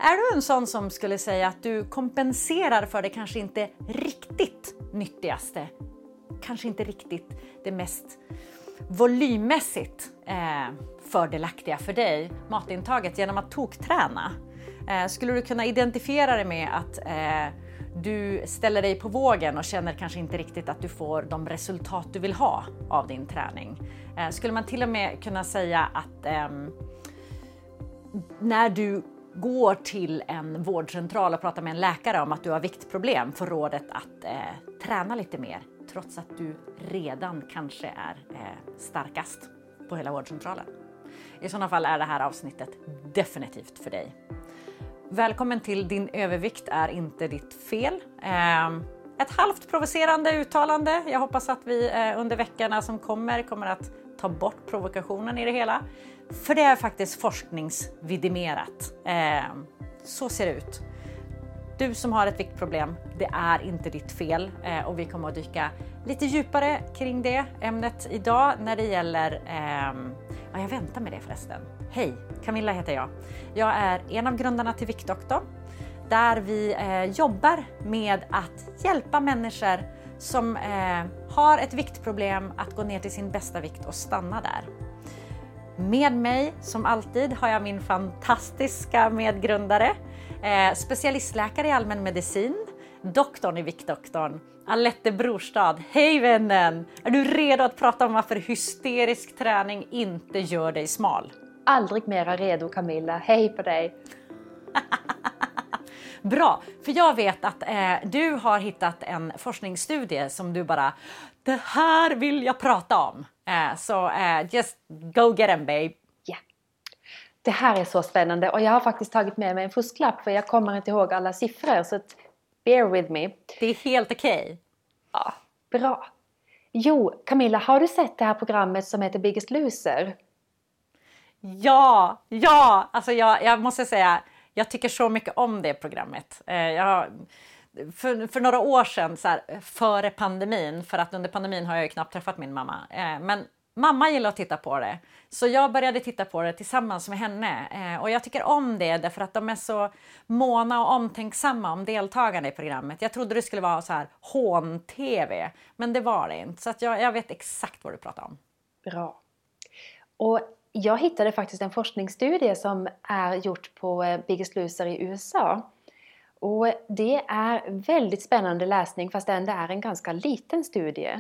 Är du en sån som skulle säga att du kompenserar för det kanske inte riktigt nyttigaste? Kanske inte riktigt det mest volymmässigt fördelaktiga för dig, matintaget, genom att tokträna? Skulle du kunna identifiera det med att du ställer dig på vågen och känner kanske inte riktigt att du får de resultat du vill ha av din träning? Skulle man till och med kunna säga att när du går till en vårdcentral och pratar med en läkare om att du har viktproblem, får rådet att träna lite mer trots att du redan kanske är starkast på hela vårdcentralen? I sådana fall är det här avsnittet definitivt för dig. Välkommen till Din övervikt är inte ditt fel. Ett halvt provocerande uttalande. Jag hoppas att vi under veckorna som kommer att ta bort provokationen i det hela. För det är faktiskt forskningsvidimerat. Så ser det ut. Du som har ett viktproblem, det är inte ditt fel. Och vi kommer att dyka lite djupare kring det ämnet idag när det gäller... jag väntar med det förresten. Hej, Camilla heter jag. Jag är en av grundarna till Viktdoktorn. Där vi jobbar med att hjälpa människor som har ett viktproblem att gå ner till sin bästa vikt och stanna där. Med mig som alltid har jag min fantastiska medgrundare, specialistläkare i allmän medicin, doktorn i Viktdoktorn, Alette Brorstad. Hej vännen! Är du redo att prata om varför hysterisk träning inte gör dig smal? Aldrig mera redo, Camilla. Hej på dig! Bra, för jag vet att du har hittat en forskningsstudie som du bara, det här vill jag prata om. Så just go get them, babe. Yeah. Det här är så spännande och jag har faktiskt tagit med mig en fusklapp för jag kommer inte ihåg alla siffror, så bear with me. Det är helt okej. Ja, bra. Jo, Camilla, har du sett det här programmet som heter Biggest Loser? Ja, alltså jag måste säga, jag tycker så mycket om det programmet. För några år sedan, så här, före pandemin, för att under pandemin har jag ju knappt träffat min mamma. Men mamma gillar att titta på det. Så jag började titta på det tillsammans med henne. Och jag tycker om det därför att de är så måna och omtänksamma om deltagarna i programmet. Jag trodde det skulle vara så här hån-tv, men det var det inte. Så att jag vet exakt vad du pratar om. Bra. Och jag hittade faktiskt en forskningsstudie som är gjort på Biggest Loser i USA. Och det är väldigt spännande läsning fast det är en ganska liten studie.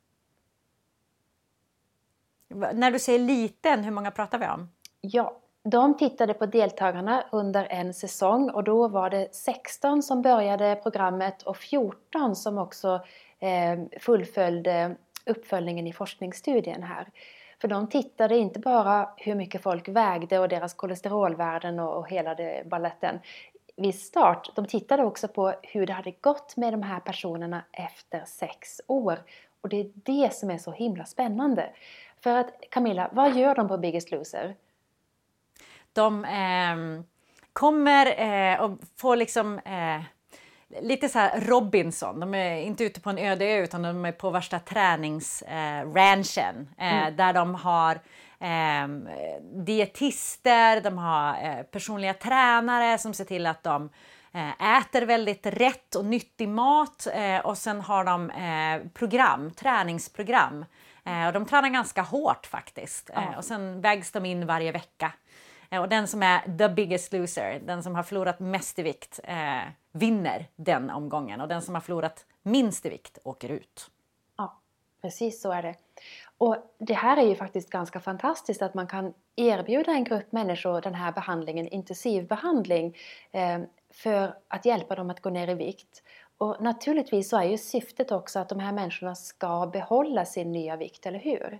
När du säger liten, hur många pratar vi om? Ja, de tittade på deltagarna under en säsong och då var det 16 som började programmet och 14 som också fullföljde uppföljningen i forskningsstudien här. För de tittade inte bara hur mycket folk vägde och deras kolesterolvärden och hela det balletten vid start. De tittade också på hur det hade gått med de här personerna efter 6 år. Och det är det som är så himla spännande. För att Camilla, vad gör de på Biggest Loser? De kommer och får liksom lite så här Robinson. De är inte ute på en öde ö utan de är på värsta träningsranchen. Där de har dietister, de har personliga tränare som ser till att de äter väldigt rätt och nyttig mat. Och sen har de träningsprogram. Och de tränar ganska hårt faktiskt. Och sen vägs de in varje vecka. Och den som är the biggest loser, den som har förlorat mest i vikt, vinner den omgången. Och den som har förlorat minst i vikt åker ut. Ja, precis så är det. Och det här är ju faktiskt ganska fantastiskt att man kan erbjuda en grupp människor den här behandlingen, intensivbehandling, för att hjälpa dem att gå ner i vikt. Och naturligtvis så är ju syftet också att de här människorna ska behålla sin nya vikt, eller hur?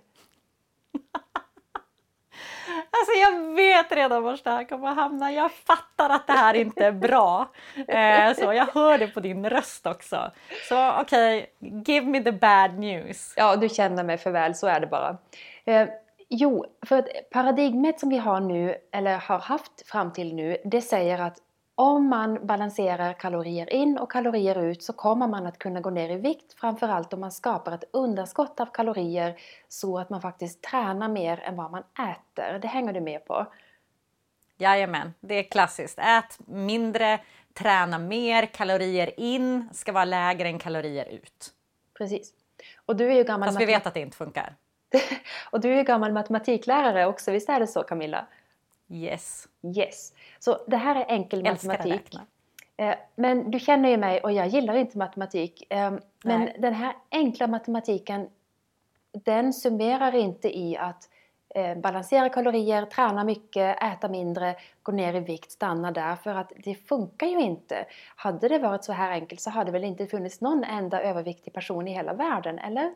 Alltså jag vet redan var det här kommer att hamna. Jag fattar att det här inte är bra. Så jag hör det på din röst också. Så okej, give me the bad news. Ja, du känner mig för väl, så är det bara. Jo, för paradigmet som vi har nu, eller har haft fram till nu, det säger att om man balanserar kalorier in och kalorier ut så kommer man att kunna gå ner i vikt. Framförallt om man skapar ett underskott av kalorier så att man faktiskt tränar mer än vad man äter. Det hänger du med på? Jajamän, det är klassiskt. Ät mindre, träna mer, kalorier in ska vara lägre än kalorier ut. Precis. Och du är ju gammal Fast vi vet att det inte funkar. Och du är ju gammal matematiklärare också, visst är det så, Camilla? Yes. Så det här är enkel Älskar att matematik. räkna. Men du känner ju mig och jag gillar inte matematik. Men Nej. den här enkla matematiken, den summerar inte i att balansera kalorier, träna mycket, äta mindre, gå ner i vikt, stanna där. För att det funkar ju inte. Hade det varit så här enkelt så hade väl inte funnits någon enda överviktig person i hela världen, eller?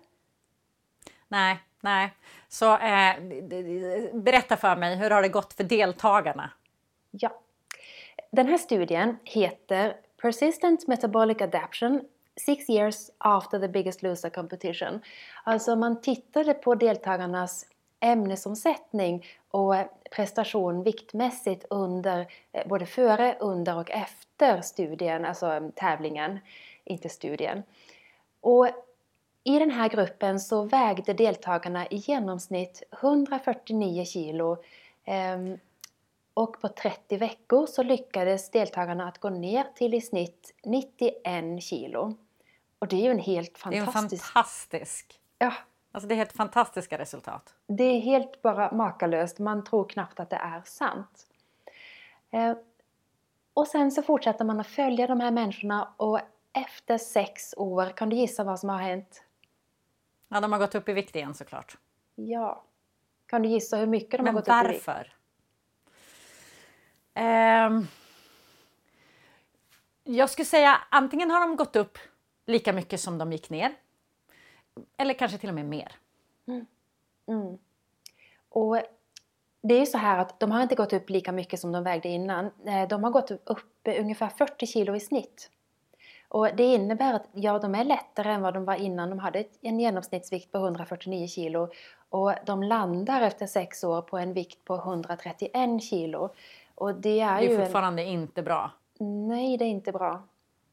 Nej. Så berätta för mig, hur har det gått för deltagarna? Ja. Den här studien heter Persistent Metabolic Adaption 6 years after the Biggest Loser Competition. Alltså man tittade på deltagarnas ämnesomsättning och prestation viktmässigt under både före, under och efter studien, alltså tävlingen, inte studien. Och i den här gruppen så vägde deltagarna i genomsnitt 149 kilo. Och på 30 veckor så lyckades deltagarna att gå ner till i snitt 91 kilo. Och det är ju en helt fantastisk... Det är fantastisk. Ja. Alltså det är helt fantastiska resultat. Det är helt bara makalöst. Man tror knappt att det är sant. Och sen så fortsätter man att följa de här människorna och efter 6 år, kan du gissa vad som har hänt? Ja, de har gått upp i vikt igen såklart. Ja. Kan du gissa hur mycket de har gått upp i vikt? Men varför? Jag skulle säga antingen har de gått upp lika mycket som de gick ner. Eller kanske till och med mer. Och det är ju så här att de har inte gått upp lika mycket som de vägde innan. De har gått upp ungefär 40 kilo i snitt. Och det innebär att de är lättare än vad de var innan. De hade en genomsnittsvikt på 149 kilo. Och de landar efter 6 år på en vikt på 131 kilo. Och det är ju fortfarande inte bra. Nej, det är inte bra.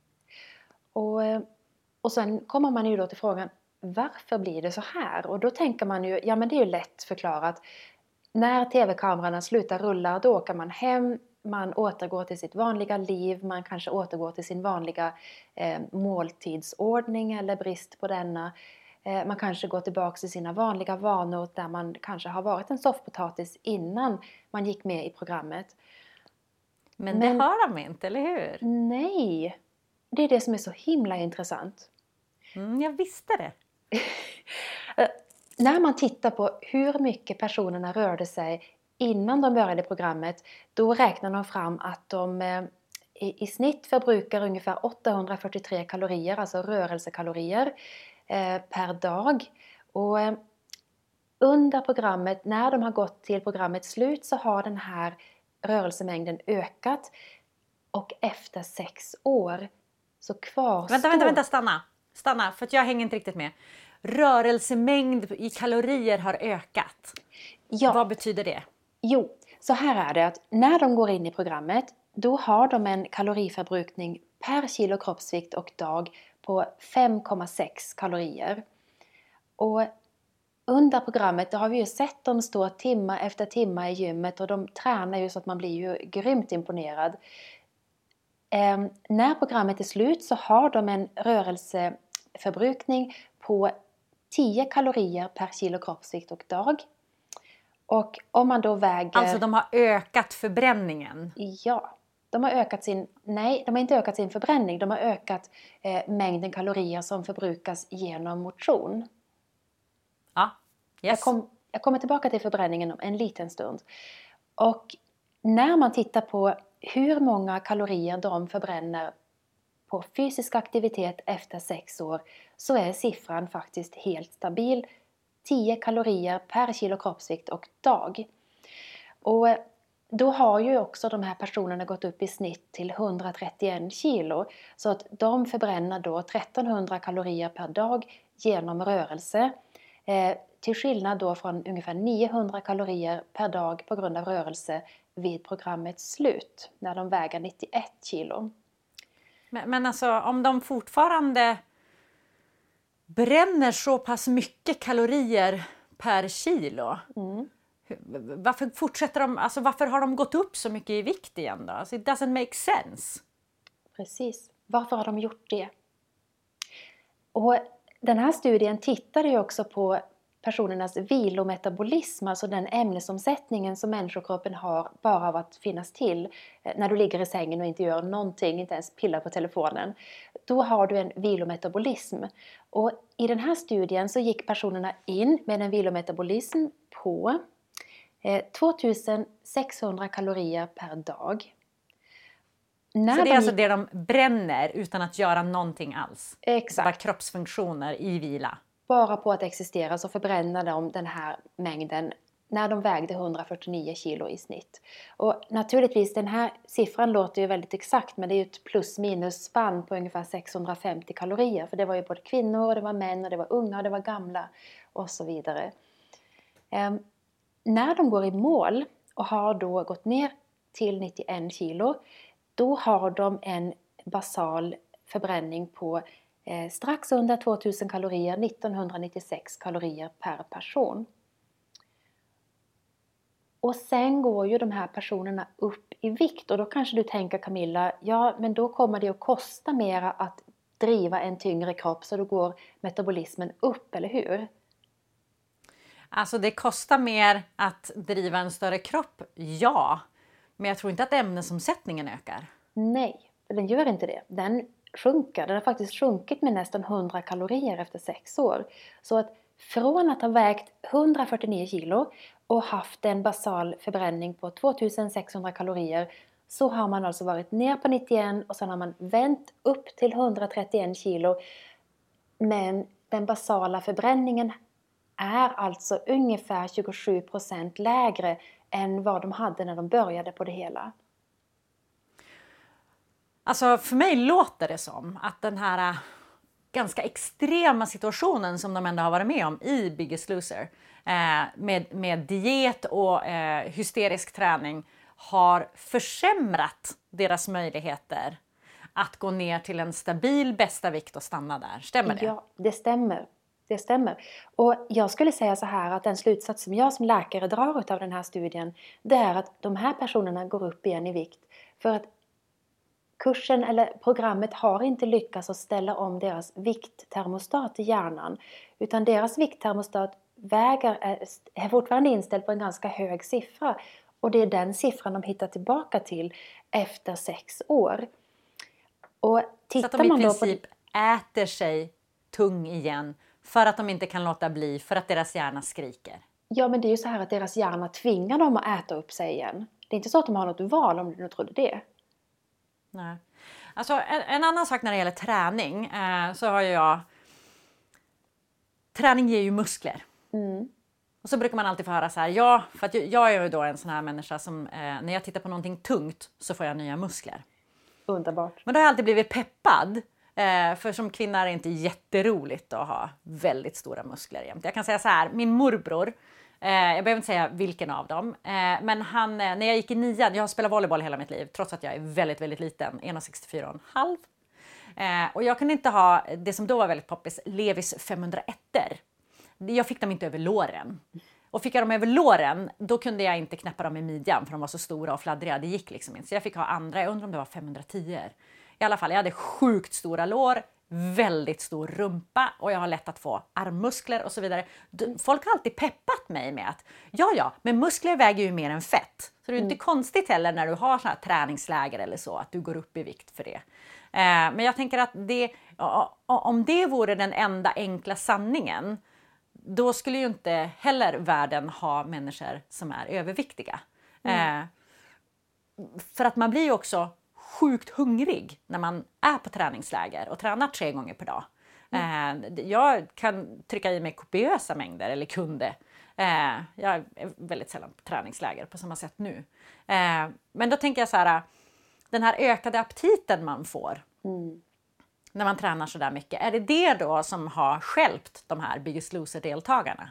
Och sen kommer man ju då till frågan, varför blir det så här? Och då tänker man ju, ja men det är ju lätt förklarat. När tv-kamerorna slutar rulla, då åker man hem, man återgår till sitt vanliga liv, man kanske återgår till sin vanliga måltidsordning eller brist på denna. Man kanske går tillbaka till sina vanliga vanor där man kanske har varit en soffpotatis innan man gick med i programmet. Men det har de inte, eller hur? Nej, det är det som är så himla intressant. Jag visste det. När man tittar på hur mycket personerna rörde sig innan de började programmet, då räknar de fram att de i snitt förbrukar ungefär 843 kalorier, alltså rörelsekalorier, per dag. Och under programmet, när de har gått till programmets slut, så har den här rörelsemängden ökat. Och efter 6 år så kvarstår... Vänta, stanna, för att jag hänger inte riktigt med. Rörelsemängd i kalorier har ökat. Ja. Vad betyder det? Jo, så här är det att när de går in i programmet, då har de en kaloriförbrukning per kilo kroppsvikt och dag på 5,6 kalorier. Och under programmet, då har vi ju sett dem stå timma efter timma i gymmet och de tränar ju så att man blir ju grymt imponerad. När programmet är slut så har de en rörelseförbrukning på 10 kalorier per kilo kroppsvikt och dag. Och om man då väger... Alltså de har ökat förbränningen? Ja, de har ökat Nej, de har inte ökat sin förbränning. De har ökat mängden kalorier som förbrukas genom motion. Ja, yes. Jag kommer tillbaka till förbränningen om en liten stund. Och när man tittar på hur många kalorier de förbränner på fysisk aktivitet efter 6 år, så är siffran faktiskt helt stabil. 10 kalorier per kilo kroppsvikt och dag. Och då har ju också de här personerna gått upp i snitt till 131 kilo. Så att de förbränner då 1300 kalorier per dag genom rörelse. Till skillnad då från ungefär 900 kalorier per dag på grund av rörelse vid programmets slut. När de väger 91 kilo. Men alltså om de fortfarande bränner så pass mycket kalorier per kilo. Varför fortsätter de, alltså varför har de gått upp så mycket i vikt igen då? Alltså, it doesn't make sense. Precis. Varför har de gjort det? Och den här studien tittade ju också på personernas vilometabolism, alltså den ämnesomsättningen som människokroppen har bara av att finnas till. När du ligger i sängen och inte gör någonting, inte ens pillar på telefonen. Då har du en vilometabolism. Och i den här studien så gick personerna in med en vilometabolism på 2600 kalorier per dag. Så det är alltså det de bränner utan att göra någonting alls? Exakt. Bara kroppsfunktioner i vila? Bara på att existera så förbränner de den här mängden när de vägde 149 kilo i snitt. Och naturligtvis, den här siffran låter ju väldigt exakt, men det är ju ett plus minus spann på ungefär 650 kalorier. För det var ju både kvinnor, och det var män, och det var unga, och det var gamla och så vidare. När de går i mål och har då gått ner till 91 kilo, då har de en basal förbränning på strax under 2000 kalorier, 1996 kalorier per person. Och sen går ju de här personerna upp i vikt, och då kanske du tänker, Camilla, ja men då kommer det att kosta mera att driva en tyngre kropp, så då går metabolismen upp, eller hur? Alltså det kostar mer att driva en större kropp, ja. Men jag tror inte att ämnesomsättningen ökar. Nej, den gör inte det. Den sjunker. Den har faktiskt sjunkit med nästan 100 kalorier efter 6 år. Så att från att ha vägt 149 kilo och haft en basal förbränning på 2600 kalorier, så har man alltså varit ner på 91 och sen har man vänt upp till 131 kilo. Men den basala förbränningen är alltså ungefär 27% lägre än vad de hade när de började på det hela. Alltså för mig låter det som att den här ganska extrema situationen som de ändå har varit med om i Biggest Loser, med diet och hysterisk träning, har försämrat deras möjligheter att gå ner till en stabil bästa vikt och stanna där. Stämmer det? Ja, det stämmer. Det stämmer. Och jag skulle säga så här, att den slutsats som jag som läkare drar av den här studien, det är att de här personerna går upp igen i vikt. För att kursen eller programmet har inte lyckats att ställa om deras vikttermostat i hjärnan. Utan deras vikttermostat är fortfarande inställd på en ganska hög siffra. Och det är den siffran de hittar tillbaka till efter 6 år. Och så att de i princip äter sig tung igen för att de inte kan låta bli, för att deras hjärna skriker. Ja, men det är ju så här att deras hjärna tvingar dem att äta upp sig igen. Det är inte så att de har något val, om du nu trodde det. Nej. Alltså en annan sak när det gäller träning, så har jag... Träning ger ju muskler. Mm. Och så brukar man alltid få höra så här, ja, för att jag är ju då en sån här människa som när jag tittar på någonting tungt så får jag nya muskler. Underbart. Men då har jag alltid blivit peppad. För som kvinna är det inte jätteroligt att ha väldigt stora muskler jämt. Jag kan säga så här, min morbror, jag behöver inte säga vilken av dem, men han, när jag gick i 9, jag har spelat volleyboll hela mitt liv, trots att jag är väldigt, väldigt liten, 1,64,5. Och jag kunde inte ha det som då var väldigt poppis, Levis 501-er. Jag fick dem inte över låren. Och fick jag dem över låren, då kunde jag inte knäppa dem i midjan, för de var så stora och fladdriga, det gick liksom inte. Så jag fick ha andra, jag undrar om det var 510-er. I alla fall, jag hade sjukt stora lår, väldigt stor rumpa, och jag har lätt att få armmuskler och så vidare. Folk har alltid peppat mig med att ja, men muskler väger ju mer än fett. Så det är inte konstigt heller när du har såna här träningsläger eller så, att du går upp i vikt för det. Men jag tänker att om det vore den enda enkla sanningen, då skulle ju inte heller världen ha människor som är överviktiga. För att man blir ju också sjukt hungrig när man är på träningsläger och tränar 3 gånger per dag. Jag kan trycka i mig kopiösa mängder, eller kunde. Jag är väldigt sällan på träningsläger på samma sätt nu. Men då tänker jag så här, den här ökade aptiten man får när man tränar så där mycket, är det då som har stjälpt de här Biggest Loser-deltagarna?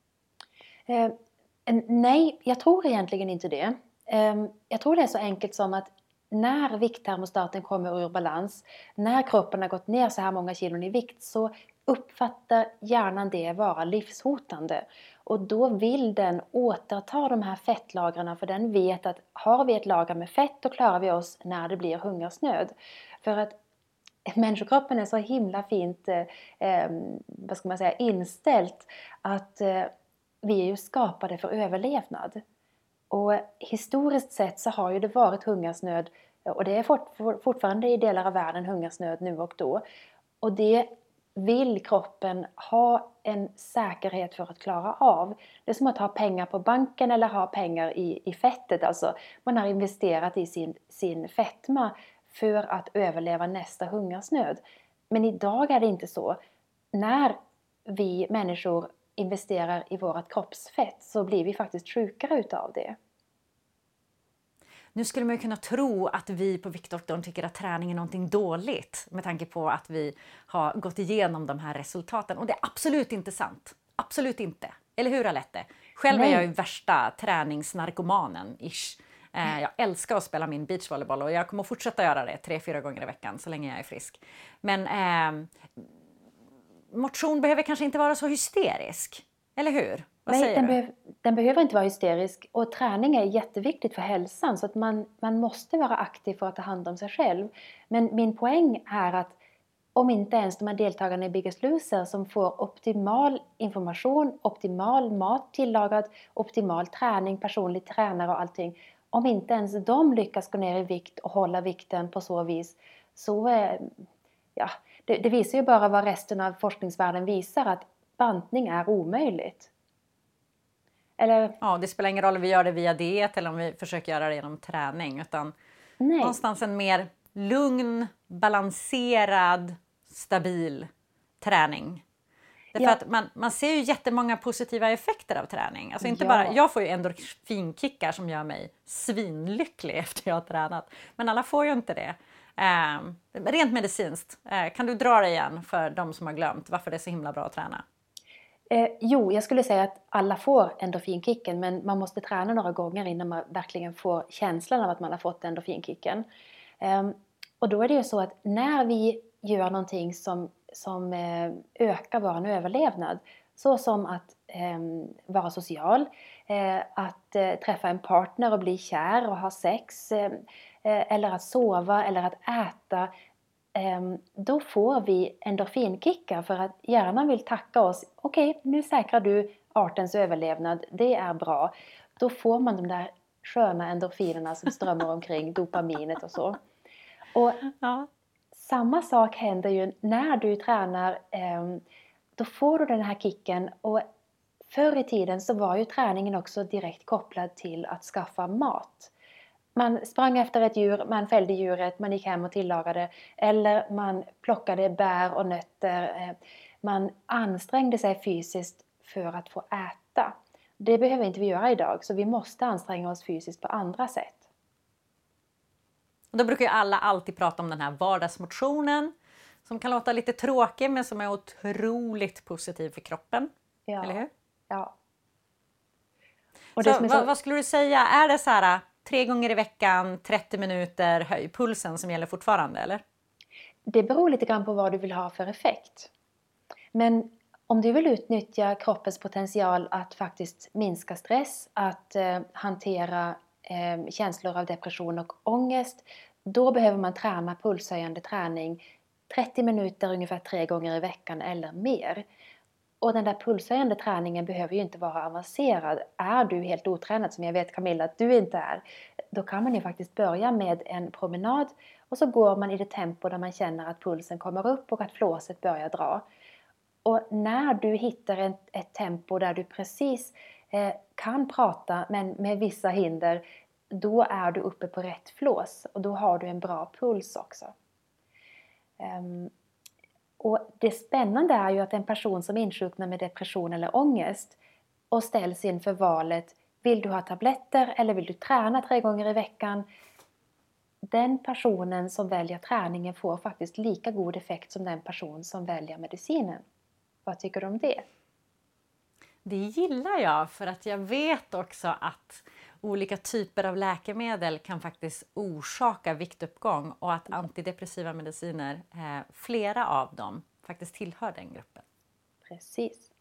Nej, jag tror egentligen inte det. Jag tror det är så enkelt som att när vikttermostaten kommer ur balans, när kroppen har gått ner så här många kilon i vikt, så uppfattar hjärnan det vara livshotande. Och då vill den återta de här fettlagren, för den vet att har vi ett lager med fett, då klarar vi oss när det blir hungersnöd. För att människokroppen är så himla fint vad ska man säga, inställt att vi är ju skapade för överlevnad. Och historiskt sett så har ju det varit hungersnöd, och det är fortfarande i delar av världen hungersnöd nu och då. Och det vill kroppen ha en säkerhet för att klara av. Det är som att ha pengar på banken eller ha pengar i fettet. Alltså man har investerat i sin fetma för att överleva nästa hungersnöd. Men idag är det inte så. När vi människor investerar i vårt kroppsfett så blir vi faktiskt sjukare utav det. Nu skulle man ju kunna tro att vi på Viktdoktorn tycker att träning är någonting dåligt med tanke på att vi har gått igenom de här resultaten. Och det är absolut inte sant. Absolut inte. Eller hur, Alette? Själv är jag ju värsta träningsnarkomanen-ish. Jag älskar att spela min beachvolleyboll och jag kommer att fortsätta göra det 3-4 gånger i veckan så länge jag är frisk. Men motion behöver kanske inte vara så hysterisk. Eller hur? Nej, den behöver inte vara hysterisk, och träning är jätteviktigt för hälsan, så att man måste vara aktiv för att ta hand om sig själv. Men min poäng är att om inte ens de här deltagarna i Biggest Loser som får optimal information, optimal mat tillagad, optimal träning, personlig tränare och allting, om inte ens de lyckas gå ner i vikt och hålla vikten på så vis, så det visar ju bara vad resten av forskningsvärlden visar, att bantning är omöjligt. Eller? Ja, det spelar ingen roll om vi gör det via diet eller om vi försöker göra det genom träning, utan någonstans en mer lugn, balanserad, stabil träning. Därför att man ser ju jättemånga positiva effekter av träning. Alltså inte bara, jag får ju endorfinkickar som gör mig svinlycklig efter jag har tränat. Men alla får ju inte det. Rent medicinskt, kan du dra det igen för de som har glömt varför det är så himla bra att träna? Jo, jag skulle säga att alla får endorfinkicken, men man måste träna några gånger innan man verkligen får känslan av att man har fått endorfinkicken. Och då är det ju så att när vi gör någonting som ökar vår överlevnad, så som att vara social, att träffa en partner och bli kär och ha sex, eller att sova eller att äta, då får vi endorfinkickar för att hjärnan vill tacka oss. Okej, nu säkrar du artens överlevnad, det är bra. Då får man de där sköna endorfinerna som strömmar omkring, dopaminet och så. Och samma sak händer ju när du tränar, då får du den här kicken. Och förr i tiden så var ju träningen också direkt kopplad till att skaffa mat. Man sprang efter ett djur, man fällde djuret, man gick hem och tillagade, eller man plockade bär och nötter. Man ansträngde sig fysiskt för att få äta. Det behöver inte vi göra idag, så vi måste anstränga oss fysiskt på andra sätt. Och då brukar ju alla alltid prata om den här vardagsmotionen som kan låta lite tråkig men som är otroligt positiv för kroppen. Ja. Eller hur? Ja. Och så, vad skulle du säga? Är det så här 3 gånger i veckan, 30 minuter, höj pulsen som gäller fortfarande, eller? Det beror lite grann på vad du vill ha för effekt. Men om du vill utnyttja kroppens potential att faktiskt minska stress, att hantera känslor av depression och ångest, då behöver man träna pulshöjande träning 30 minuter ungefär 3 gånger i veckan eller mer. Och den där pulshöjande träningen behöver ju inte vara avancerad. Är du helt otränad, som jag vet Camilla att du inte är, då kan man ju faktiskt börja med en promenad och så går man i det tempo där man känner att pulsen kommer upp och att flåset börjar dra. Och när du hittar ett tempo där du precis kan prata men med vissa hinder, då är du uppe på rätt flås och då har du en bra puls också. Och det spännande är ju att en person som insjuknar med depression eller ångest och ställs inför valet, vill du ha tabletter eller vill du träna 3 gånger i veckan? Den personen som väljer träningen får faktiskt lika god effekt som den person som väljer medicinen. Vad tycker du om det? Det gillar jag, för att jag vet också att olika typer av läkemedel kan faktiskt orsaka viktuppgång och att antidepressiva mediciner, flera av dem faktiskt tillhör den gruppen. Precis.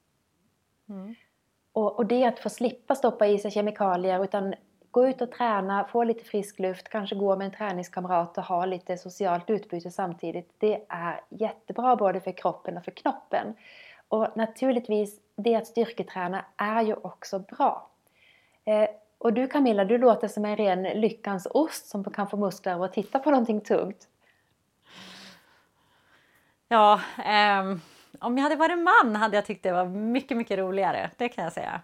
Och det är att få slippa stoppa i sig kemikalier, utan gå ut och träna, få lite frisk luft, kanske gå med en träningskamrat och ha lite socialt utbyte samtidigt. Det är jättebra både för kroppen och för knoppen. Och naturligtvis, det att styrketräna är ju också bra. Och du Camilla, du låter som en ren lyckans ost som kan få muskler av att titta på någonting tungt. Ja, om jag hade varit man hade jag tyckt det var mycket, mycket roligare. Det kan jag säga.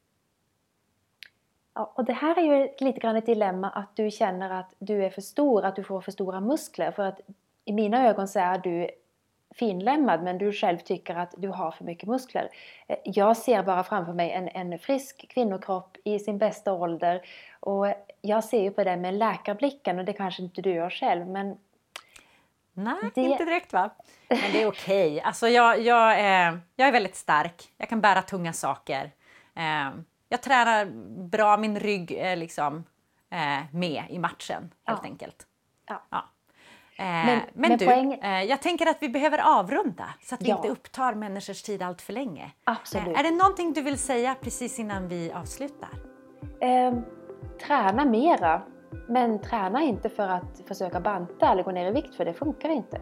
Ja, och det här är ju lite grann ett dilemma att du känner att du är för stor, att du får för stora muskler. För att i mina ögon så är du finlämmad, men du själv tycker att du har för mycket muskler. Jag ser bara framför mig en frisk kvinnokropp i sin bästa ålder. Och jag ser ju på det med läkarblicken, och det kanske inte du gör själv, men... Nej, inte direkt va? Men det är okej. Alltså jag är väldigt stark. Jag kan bära tunga saker. Jag tränar bra, min rygg är liksom med i matchen helt enkelt. Ja. Men du, jag tänker att vi behöver avrunda så att vi inte upptar människors tid allt för länge. Absolut. Är det någonting du vill säga precis innan vi avslutar? Träna mera, men träna inte för att försöka banta eller gå ner i vikt, för det funkar inte.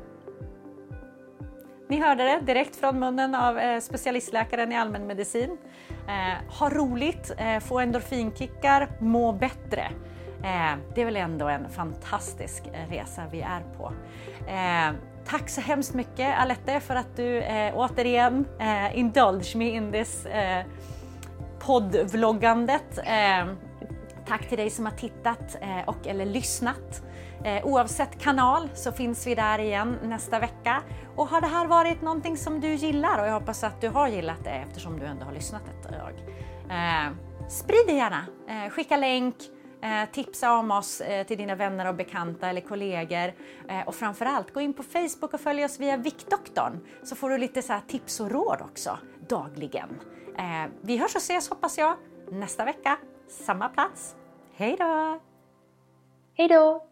Ni hörde det direkt från munnen av specialistläkaren i allmänmedicin. Ha roligt, få endorfinkickar, må bättre. Det är väl ändå en fantastisk resa vi är på. Tack så hemskt mycket Alette för att du återigen indulge me in this poddvloggandet. Tack till dig som har tittat och eller lyssnat. Oavsett kanal så finns vi där igen nästa vecka. Och har det här varit någonting som du gillar, och jag hoppas att du har gillat det eftersom du ändå har lyssnat ett tag. Sprid det gärna, skicka länk, tipsa om oss till dina vänner och bekanta eller kollegor. Och framförallt gå in på Facebook och följ oss via Viktdoktorn, så får du lite så här tips och råd också dagligen. Vi hörs och ses hoppas jag nästa vecka, samma plats. Hej då! Hej då!